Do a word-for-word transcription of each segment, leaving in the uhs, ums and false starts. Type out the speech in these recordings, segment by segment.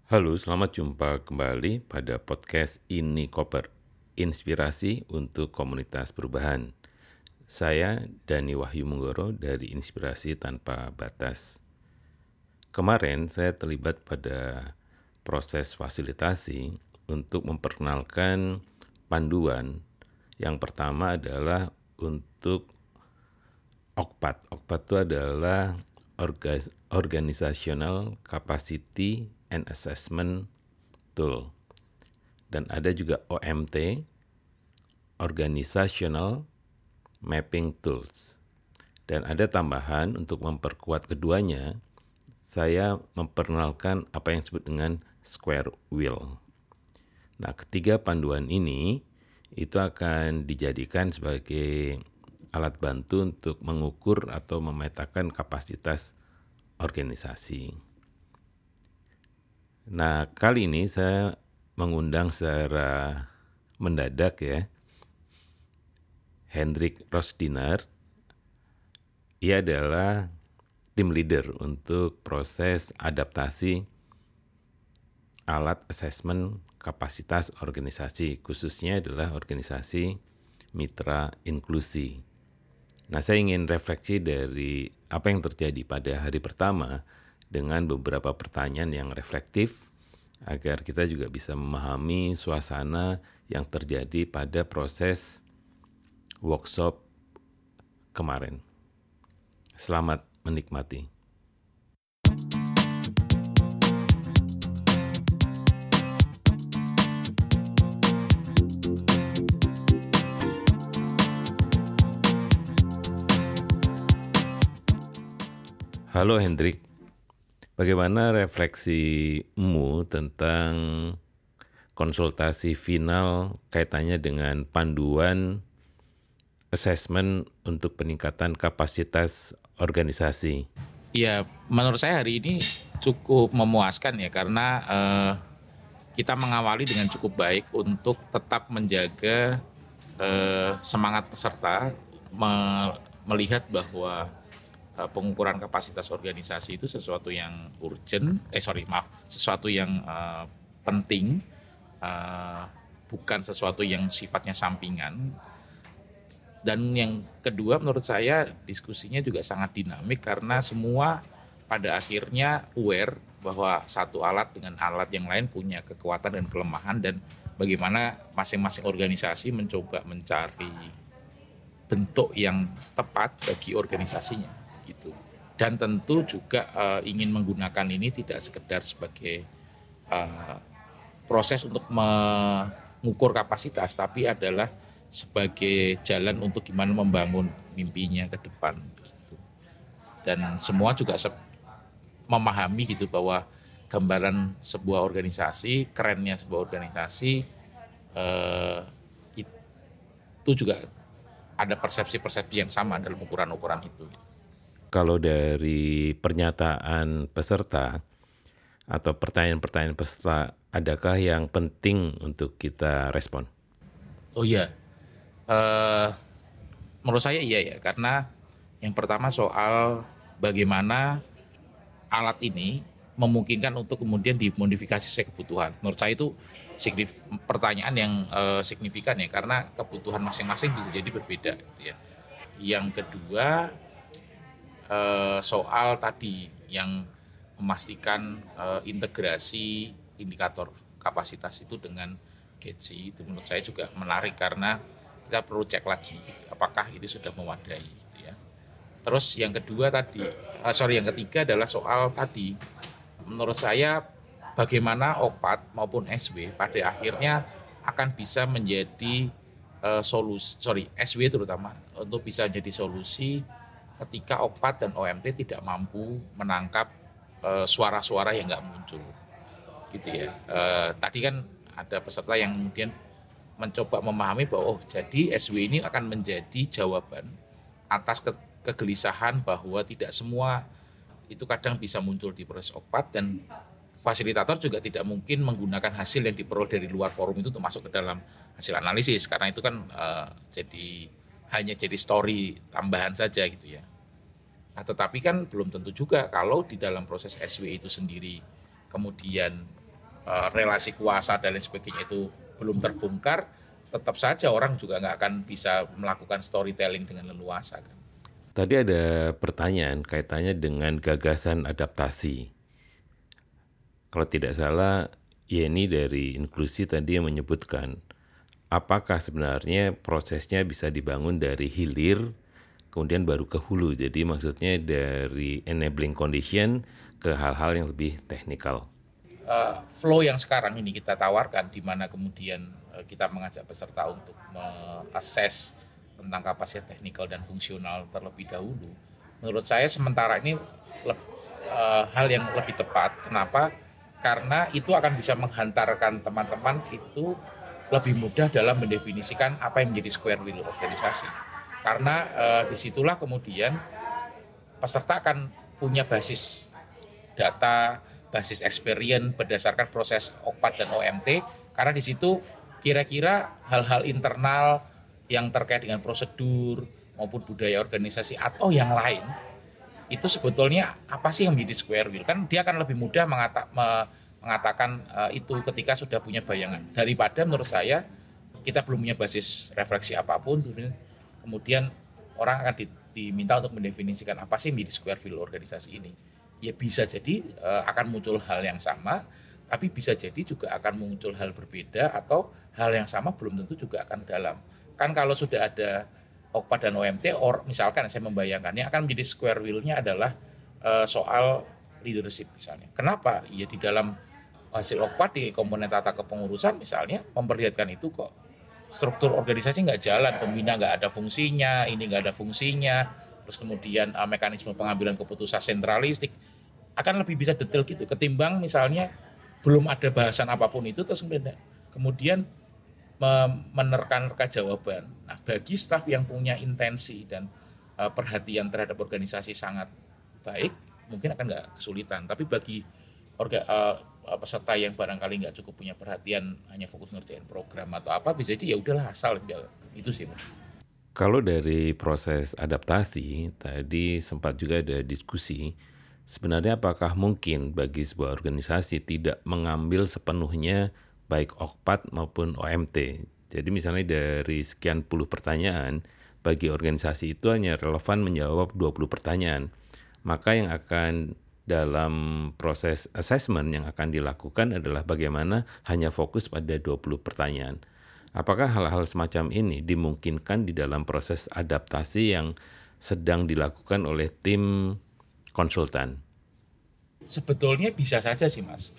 Halo, selamat jumpa kembali pada podcast Ini Koper, inspirasi untuk komunitas perubahan. Saya Dani Wahyu Munggoro dari Inspirasi Tanpa Batas. Kemarin saya terlibat pada proses fasilitasi untuk memperkenalkan panduan. Yang pertama adalah untuk O C P A T. O C P A T itu adalah Organizational Capacity and Assessment Tool. Dan ada juga O M T, Organizational Mapping Tools. Dan ada tambahan untuk memperkuat keduanya, saya memperkenalkan apa yang disebut dengan Square Wheel. Nah, ketiga panduan ini itu akan dijadikan sebagai alat bantu untuk mengukur atau memetakan kapasitas organisasi. Nah, kali ini saya mengundang secara mendadak ya, Hendrik Rosdiner. Ia adalah tim leader untuk proses adaptasi alat asesmen kapasitas organisasi, khususnya adalah organisasi mitra inklusi. Nah, saya ingin refleksi dari apa yang terjadi pada hari pertama dengan beberapa pertanyaan yang reflektif agar kita juga bisa memahami suasana yang terjadi pada proses workshop kemarin. Selamat menikmati. Halo Hendrik, bagaimana refleksimu tentang konsultasi final kaitannya dengan panduan asesmen untuk peningkatan kapasitas organisasi? Ya, menurut saya hari ini cukup memuaskan ya karena eh, kita mengawali dengan cukup baik untuk tetap menjaga eh, semangat peserta me- melihat bahwa eh, pengukuran kapasitas organisasi itu sesuatu yang urgent, eh sorry maaf, sesuatu yang eh, penting, eh, bukan sesuatu yang sifatnya sampingan. Dan yang kedua menurut saya diskusinya juga sangat dinamik karena semua pada akhirnya aware bahwa satu alat dengan alat yang lain punya kekuatan dan kelemahan dan bagaimana masing-masing organisasi mencoba mencari bentuk yang tepat bagi organisasinya gitu. Dan tentu juga uh, ingin menggunakan ini tidak sekedar sebagai uh, proses untuk mengukur kapasitas tapi adalah sebagai jalan untuk gimana membangun mimpinya ke depan gitu. Dan semua juga se- memahami gitu bahwa gambaran sebuah organisasi, kerennya sebuah organisasi eh, itu juga ada persepsi-persepsi yang sama dalam ukuran-ukuran itu. Kalau dari pernyataan peserta atau pertanyaan-pertanyaan peserta, adakah yang penting untuk kita respon? Oh iya, eh, menurut saya iya ya, karena yang pertama soal bagaimana alat ini memungkinkan untuk kemudian dimodifikasi sesuai kebutuhan. Menurut saya itu signif- pertanyaan yang eh, signifikan ya, karena kebutuhan masing-masing bisa jadi berbeda. Gitu ya. Yang kedua eh, soal tadi yang memastikan eh, integrasi indikator kapasitas itu dengan Getsi itu menurut saya juga menarik karena kita perlu cek lagi apakah ini sudah memadai gitu ya. Terus yang kedua tadi, uh, sorry yang ketiga adalah soal tadi. Menurut saya bagaimana O P A T maupun S W pada akhirnya akan bisa menjadi uh, solusi, sorry S W terutama untuk bisa jadi solusi ketika O P A T dan O M T tidak mampu menangkap uh, suara-suara yang nggak muncul, gitu ya. Uh, tadi kan ada peserta yang kemudian mencoba memahami bahwa oh jadi S W ini akan menjadi jawaban atas ke- kegelisahan bahwa tidak semua itu kadang bisa muncul di proses O P A T dan fasilitator juga tidak mungkin menggunakan hasil yang diperoleh dari luar forum itu untuk masuk ke dalam hasil analisis karena itu kan uh, jadi hanya jadi story tambahan saja gitu ya. Nah, tetapi kan belum tentu juga kalau di dalam proses S W itu sendiri kemudian uh, relasi kuasa dan lain sebagainya itu belum terbongkar, tetap saja orang juga nggak akan bisa melakukan storytelling dengan leluasa kan. Tadi ada pertanyaan kaitannya dengan gagasan adaptasi. Kalau tidak salah, Yeni dari Inklusi tadi yang menyebutkan, apakah sebenarnya prosesnya bisa dibangun dari hilir, kemudian baru ke hulu. Jadi maksudnya dari enabling condition ke hal-hal yang lebih teknikal. Uh, flow yang sekarang ini kita tawarkan, di mana kemudian uh, kita mengajak peserta untuk mengakses tentang kapasitas teknikal dan fungsional terlebih dahulu. Menurut saya sementara ini le- uh, hal yang lebih tepat. Kenapa? Karena itu akan bisa menghantarkan teman-teman itu lebih mudah dalam mendefinisikan apa yang menjadi square wheel organisasi. Karena uh, disitulah kemudian peserta akan punya basis data, basis experience berdasarkan proses O K P A D dan O M T, karena di situ kira-kira hal-hal internal yang terkait dengan prosedur maupun budaya organisasi atau yang lain itu sebetulnya apa sih yang menjadi square wheel, kan dia akan lebih mudah mengata, me, mengatakan uh, itu ketika sudah punya bayangan, daripada menurut saya kita belum punya basis refleksi apapun, kemudian orang akan di, diminta untuk mendefinisikan apa sih menjadi square wheel organisasi ini. Ya bisa jadi uh, akan muncul hal yang sama, tapi bisa jadi juga akan muncul hal berbeda, atau hal yang sama belum tentu juga akan dalam. Kan kalau sudah ada O K P A D dan O M T, or misalkan saya membayangkannya akan menjadi square wheel-nya adalah uh, soal leadership misalnya. Kenapa? Ya di dalam hasil O K P A D di komponen tata kepengurusan misalnya memperlihatkan itu kok struktur organisasi nggak jalan, pembina nggak ada fungsinya, ini nggak ada fungsinya, terus kemudian uh, mekanisme pengambilan keputusan sentralistik, akan lebih bisa detail gitu ketimbang misalnya belum ada bahasan apapun itu terus kemudian, kemudian menerka-nerka jawaban. Nah, bagi staf yang punya intensi dan uh, perhatian terhadap organisasi sangat baik, mungkin akan nggak kesulitan. Tapi bagi orga, uh, peserta yang barangkali nggak cukup punya perhatian, hanya fokus ngerjain program atau apa, bisa jadi ya udahlah asal itu sih. Kalau dari proses adaptasi, tadi sempat juga ada diskusi, sebenarnya apakah mungkin bagi sebuah organisasi tidak mengambil sepenuhnya baik O K P A D maupun O M T. Jadi misalnya dari sekian puluh pertanyaan, bagi organisasi itu hanya relevan menjawab dua puluh pertanyaan. Maka yang akan dalam proses assessment yang akan dilakukan adalah bagaimana hanya fokus pada dua puluh pertanyaan. Apakah hal-hal semacam ini dimungkinkan di dalam proses adaptasi yang sedang dilakukan oleh tim konsultan? Sebetulnya bisa saja sih Mas.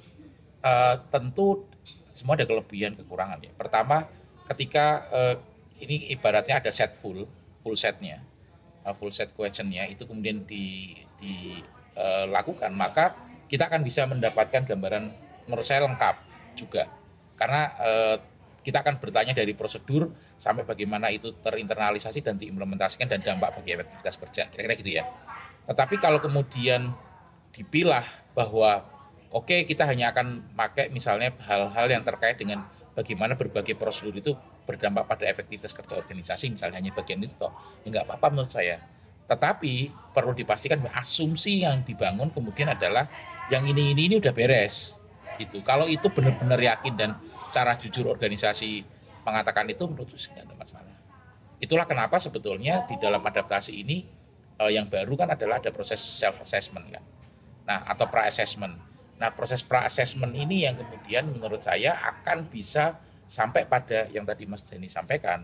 Uh, tentu semua ada kelebihan kekurangan ya. Pertama, ketika uh, ini ibaratnya ada set full, full setnya, uh, full set questionnya itu kemudian di, dilakukan, uh, maka kita akan bisa mendapatkan gambaran menurut saya lengkap juga. Karena uh, kita akan bertanya dari prosedur sampai bagaimana itu terinternalisasi dan diimplementasikan dan dampak bagi efektivitas kerja, kira-kira gitu ya. Tetapi kalau kemudian dipilah bahwa oke okay, kita hanya akan pakai misalnya hal-hal yang terkait dengan bagaimana berbagai prosedur itu berdampak pada efektivitas kerja organisasi, misalnya hanya bagian itu toh, ya nggak apa-apa menurut saya. Tetapi perlu dipastikan bahwa asumsi yang dibangun kemudian adalah yang ini ini ini udah beres gitu. Kalau itu benar-benar yakin dan secara jujur organisasi mengatakan itu, menurut saya nggak ada masalah. Itulah kenapa sebetulnya di dalam adaptasi ini eh, yang baru kan adalah ada proses self assessment kan, nah atau pra-assessment. Nah, proses pra-assessment ini yang kemudian menurut saya akan bisa sampai pada yang tadi Mas Denny sampaikan.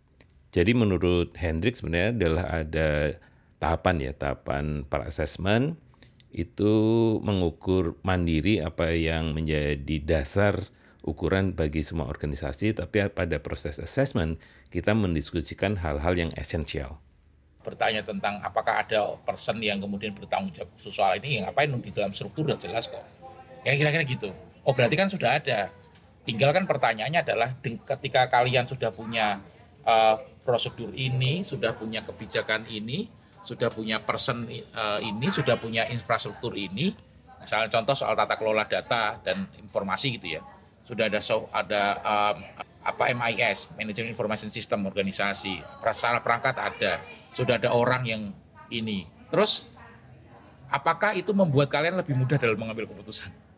Jadi menurut Hendrik sebenarnya adalah ada tahapan ya, tahapan pra-assessment itu mengukur mandiri apa yang menjadi dasar ukuran bagi semua organisasi, tapi pada proses assessment kita mendiskusikan hal-hal yang esensial. Bertanya tentang apakah ada person yang kemudian bertanggung jawab soal ini, yang ngapain di dalam struktur udah jelas kok. Ya kira-kira gitu. Oh berarti kan sudah ada. Tinggal kan pertanyaannya adalah ketika kalian sudah punya uh, prosedur ini, sudah punya kebijakan ini, sudah punya person uh, ini, sudah punya infrastruktur ini, misalnya contoh soal tata kelola data dan informasi gitu ya. Sudah ada so, ada um, apa M I S, Management Information System organisasi, prasarana perangkat ada, sudah ada orang yang ini. Terus apakah itu membuat kalian lebih mudah dalam mengambil keputusan?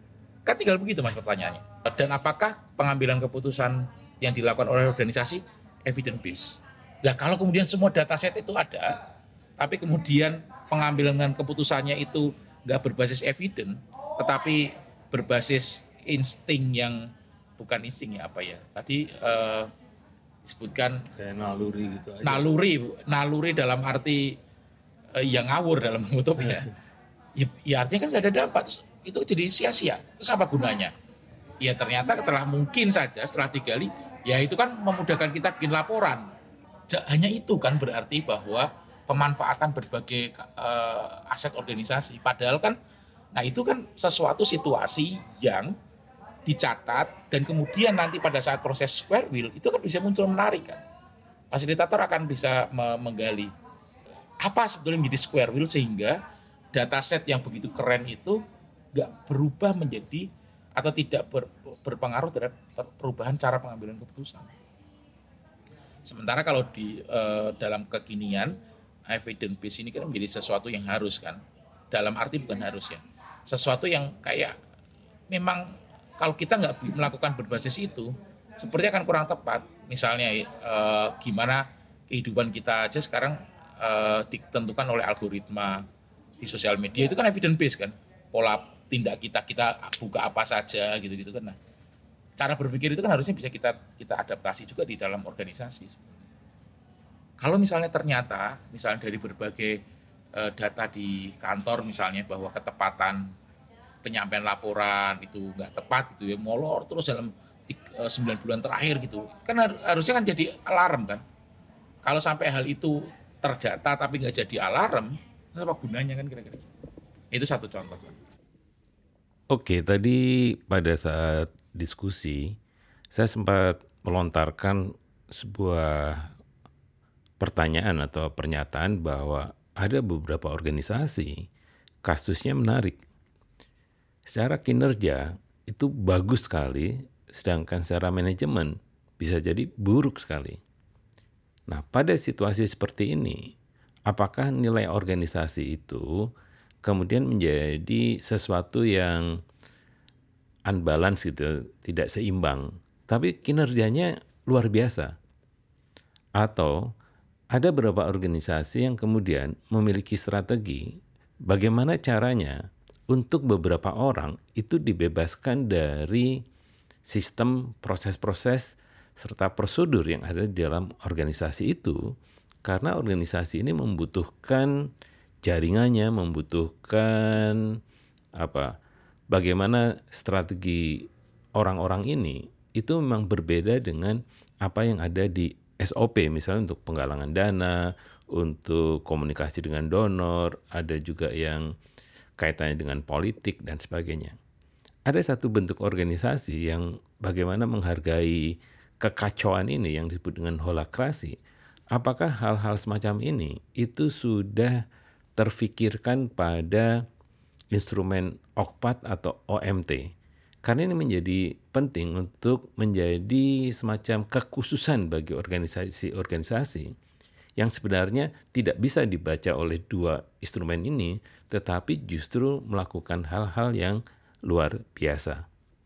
Kan tinggal begitu Mas pertanyaannya. Dan apakah pengambilan keputusan yang dilakukan oleh organisasi evidence based? Nah kalau kemudian semua dataset itu ada, tapi kemudian pengambilan keputusannya itu nggak berbasis evidence, tetapi berbasis insting yang bukan insting ya apa ya? Tadi eh, disebutkan kayak naluri gitu aja. Naluri, naluri dalam arti eh, yang ngawur dalam utopia. ya, ya artinya kan nggak ada dampak. Terus, itu jadi sia-sia. Terus apa gunanya? Ya ternyata setelah mungkin saja setelah digali, ya itu kan memudahkan kita bikin laporan. Hanya itu kan berarti bahwa pemanfaatan berbagai uh, aset organisasi. Padahal kan, nah itu kan sesuatu situasi yang dicatat dan kemudian nanti pada saat proses square wheel itu kan bisa muncul menarik kan. Fasilitator akan bisa menggali apa sebetulnya menjadi square wheel sehingga dataset yang begitu keren itu nggak berubah menjadi atau tidak ber, berpengaruh terhadap perubahan cara pengambilan keputusan. Sementara kalau di uh, dalam kekinian evidence base ini kan menjadi sesuatu yang harus kan, dalam arti bukan harus ya, sesuatu yang kayak memang kalau kita nggak melakukan berbasis itu, sepertinya akan kurang tepat. Misalnya uh, gimana kehidupan kita aja sekarang uh, ditentukan oleh algoritma di sosial media itu kan evidence base kan, pola tindak kita, kita buka apa saja gitu-gitu kan. Nah, cara berpikir itu kan harusnya bisa kita kita adaptasi juga di dalam organisasi. Kalau misalnya ternyata, misalnya dari berbagai uh, data di kantor misalnya bahwa ketepatan penyampaian laporan itu nggak tepat gitu ya, molor terus dalam uh, sembilan bulan terakhir gitu, kan har- harusnya kan jadi alarm kan. Kalau sampai hal itu terdata tapi nggak jadi alarm, apa gunanya kan kira-kira? Itu satu contoh kan. Oke, tadi pada saat diskusi, saya sempat melontarkan sebuah pertanyaan atau pernyataan bahwa ada beberapa organisasi kasusnya menarik. Secara kinerja itu bagus sekali, sedangkan secara manajemen bisa jadi buruk sekali. Nah, pada situasi seperti ini, apakah nilai organisasi itu kemudian menjadi sesuatu yang unbalance gitu, tidak seimbang, tapi kinerjanya luar biasa? Atau ada beberapa organisasi yang kemudian memiliki strategi bagaimana caranya untuk beberapa orang itu dibebaskan dari sistem proses-proses serta prosedur yang ada di dalam organisasi itu, karena organisasi ini membutuhkan jaringannya, membutuhkan apa? Bagaimana strategi orang-orang ini itu memang berbeda dengan apa yang ada di S O P, misalnya untuk penggalangan dana, untuk komunikasi dengan donor, ada juga yang kaitannya dengan politik dan sebagainya. Ada satu bentuk organisasi yang bagaimana menghargai kekacauan ini yang disebut dengan holakrasi. Apakah hal-hal semacam ini itu sudah terfikirkan pada instrumen O C P A T atau O M T? Karena ini menjadi penting untuk menjadi semacam kekhususan bagi organisasi-organisasi yang sebenarnya tidak bisa dibaca oleh dua instrumen ini, tetapi justru melakukan hal-hal yang luar biasa.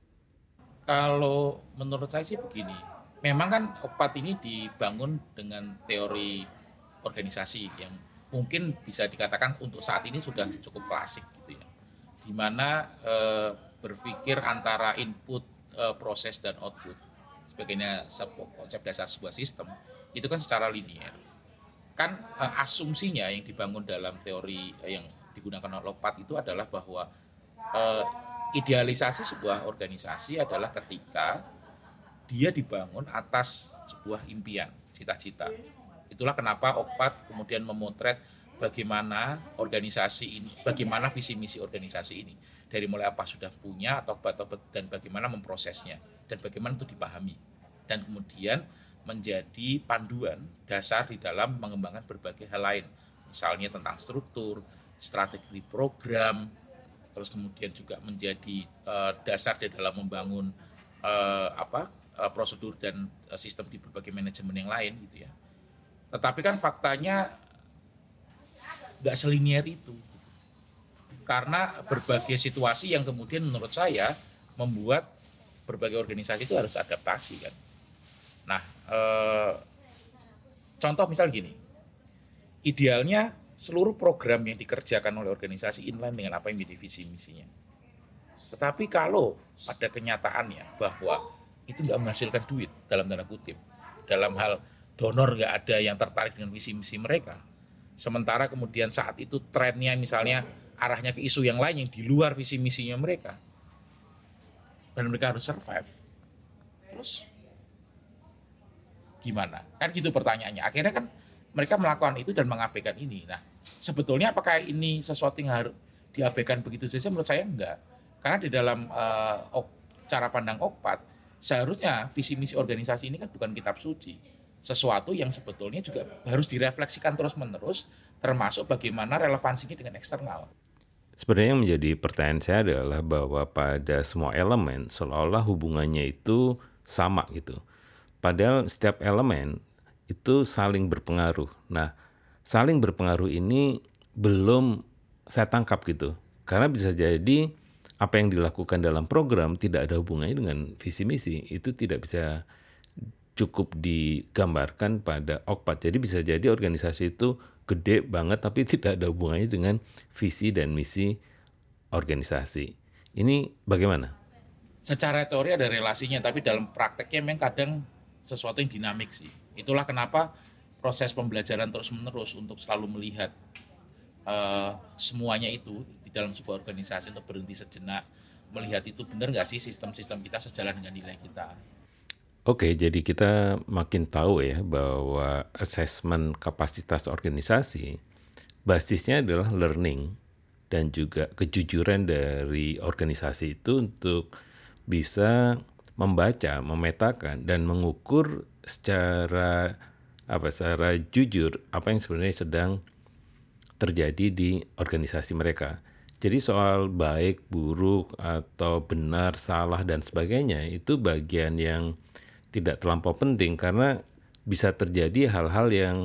Kalau menurut saya sih begini, memang kan O C P A T ini dibangun dengan teori organisasi yang mungkin bisa dikatakan untuk saat ini sudah cukup klasik gitu ya, di mana eh, berpikir antara input, eh, proses dan output sebagainya konsep dasar sebuah sistem itu kan secara linear. Kan eh, asumsinya yang dibangun dalam teori eh, yang digunakan oleh O C P A T itu adalah bahwa eh, idealisasi sebuah organisasi adalah ketika dia dibangun atas sebuah impian, cita-cita. Itulah kenapa O C P A T kemudian memotret bagaimana organisasi ini, bagaimana visi misi organisasi ini, dari mulai apa sudah punya atau dan bagaimana memprosesnya dan bagaimana itu dipahami, dan kemudian menjadi panduan dasar di dalam mengembangkan berbagai hal lain, misalnya tentang struktur, strategi program, terus kemudian juga menjadi uh, dasar di dalam membangun uh, apa uh, prosedur dan uh, sistem di berbagai manajemen yang lain gitu ya. Tetapi kan faktanya nggak selinier itu, karena berbagai situasi yang kemudian menurut saya membuat berbagai organisasi itu harus adaptasi kan. Nah, eh, contoh misal gini, idealnya seluruh program yang dikerjakan oleh organisasi inline dengan apa yang menjadi visi misinya. Tetapi kalau pada kenyataannya bahwa itu nggak menghasilkan duit dalam tanda kutip, dalam hal donor nggak ada yang tertarik dengan visi misi mereka, sementara kemudian saat itu trennya misalnya arahnya ke isu yang lain yang di luar visi misinya mereka, dan mereka harus survive, terus gimana? Kan gitu pertanyaannya. Akhirnya kan mereka melakukan itu dan mengabaikan ini. Nah, sebetulnya apakah ini sesuatu yang harus diabaikan begitu saja? Menurut saya enggak. Karena di dalam uh, cara pandang Okpat, seharusnya visi misi organisasi ini kan bukan kitab suci. Sesuatu yang sebetulnya juga harus direfleksikan terus-menerus, termasuk bagaimana relevansinya dengan eksternal. Sebenarnya yang menjadi pertanyaan saya adalah bahwa pada semua elemen seolah-olah hubungannya itu sama gitu. Padahal setiap elemen itu saling berpengaruh. Nah, saling berpengaruh ini belum saya tangkap gitu. Karena bisa jadi apa yang dilakukan dalam program tidak ada hubungannya dengan visi misi. Itu tidak bisa cukup digambarkan pada Okpat. Jadi bisa jadi organisasi itu gede banget tapi tidak ada hubungannya dengan visi dan misi organisasi. Ini bagaimana? Secara teori ada relasinya, tapi dalam prakteknya memang kadang sesuatu yang dinamik sih. Itulah kenapa proses pembelajaran terus-menerus untuk selalu melihat uh, semuanya itu di dalam sebuah organisasi, untuk berhenti sejenak, melihat itu benar nggak sih sistem-sistem kita sejalan dengan nilai kita. Oke, jadi kita makin tahu ya bahwa asesmen kapasitas organisasi basisnya adalah learning dan juga kejujuran dari organisasi itu untuk bisa membaca, memetakan, dan mengukur secara apa secara jujur apa yang sebenarnya sedang terjadi di organisasi mereka. Jadi soal baik, buruk, atau benar, salah, dan sebagainya itu bagian yang tidak terlampau penting karena bisa terjadi hal-hal yang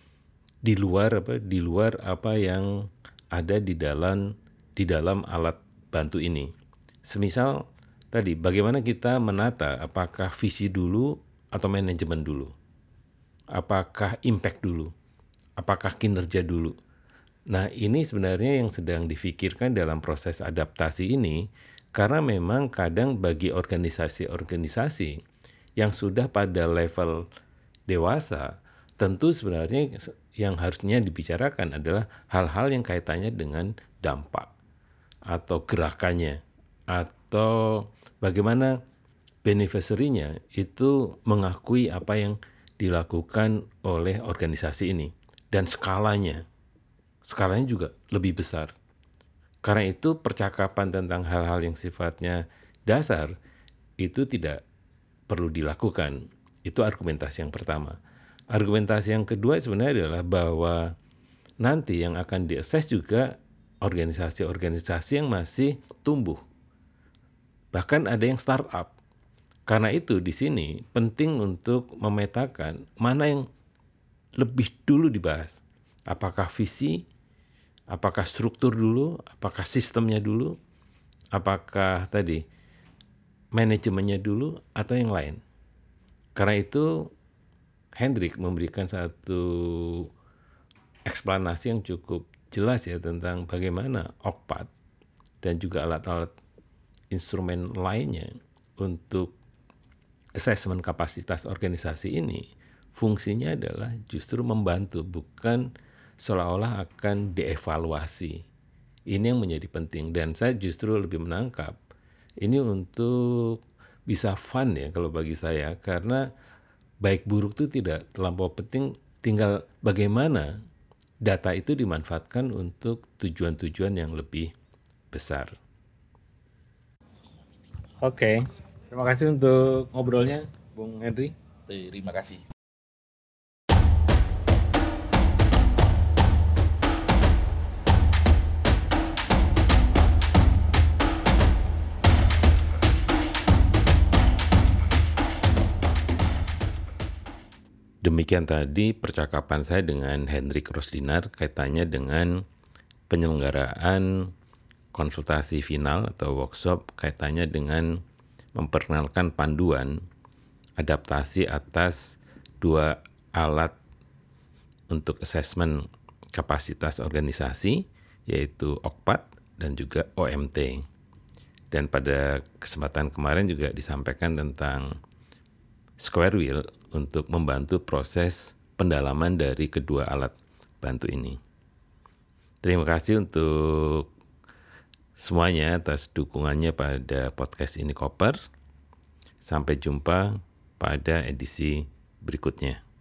di luar apa di luar apa yang ada di dalam di dalam alat bantu ini. Semisal tadi bagaimana kita menata apakah visi dulu atau manajemen dulu? Apakah impact dulu? Apakah kinerja dulu? Nah, ini sebenarnya yang sedang difikirkan dalam proses adaptasi ini karena memang kadang bagi organisasi-organisasi yang sudah pada level dewasa, tentu sebenarnya yang harusnya dibicarakan adalah hal-hal yang kaitannya dengan dampak atau gerakannya atau bagaimana beneficiary-nya itu mengakui apa yang dilakukan oleh organisasi ini dan skalanya. Skalanya juga lebih besar. Karena itu percakapan tentang hal-hal yang sifatnya dasar itu tidak perlu dilakukan. Itu argumentasi yang pertama. Argumentasi yang kedua sebenarnya adalah bahwa nanti yang akan di-assess juga organisasi-organisasi yang masih tumbuh. Bahkan ada yang startup. Karena itu di sini penting untuk memetakan mana yang lebih dulu dibahas. Apakah visi, apakah struktur dulu, apakah sistemnya dulu, apakah tadi manajemennya dulu atau yang lain. Karena itu Hendrik memberikan satu eksplanasi yang cukup jelas ya tentang bagaimana Okpat dan juga alat-alat instrumen lainnya untuk asesmen kapasitas organisasi ini fungsinya adalah justru membantu, bukan seolah-olah akan dievaluasi. Ini yang menjadi penting dan saya justru lebih menangkap ini untuk bisa fun ya kalau bagi saya, karena baik buruk itu tidak terlampau penting, tinggal bagaimana data itu dimanfaatkan untuk tujuan-tujuan yang lebih besar. Oke, terima kasih untuk ngobrolnya, Bung Henry. Terima kasih. Demikian tadi percakapan saya dengan Hendrik Rosdinar kaitannya dengan penyelenggaraan konsultasi final atau workshop kaitannya dengan memperkenalkan panduan adaptasi atas dua alat untuk asesmen kapasitas organisasi, yaitu O C P A T dan juga O M T. Dan pada kesempatan kemarin juga disampaikan tentang square wheel untuk membantu proses pendalaman dari kedua alat bantu ini. Terima kasih untuk semuanya atas dukungannya pada podcast Ini Koper. Sampai jumpa pada edisi berikutnya.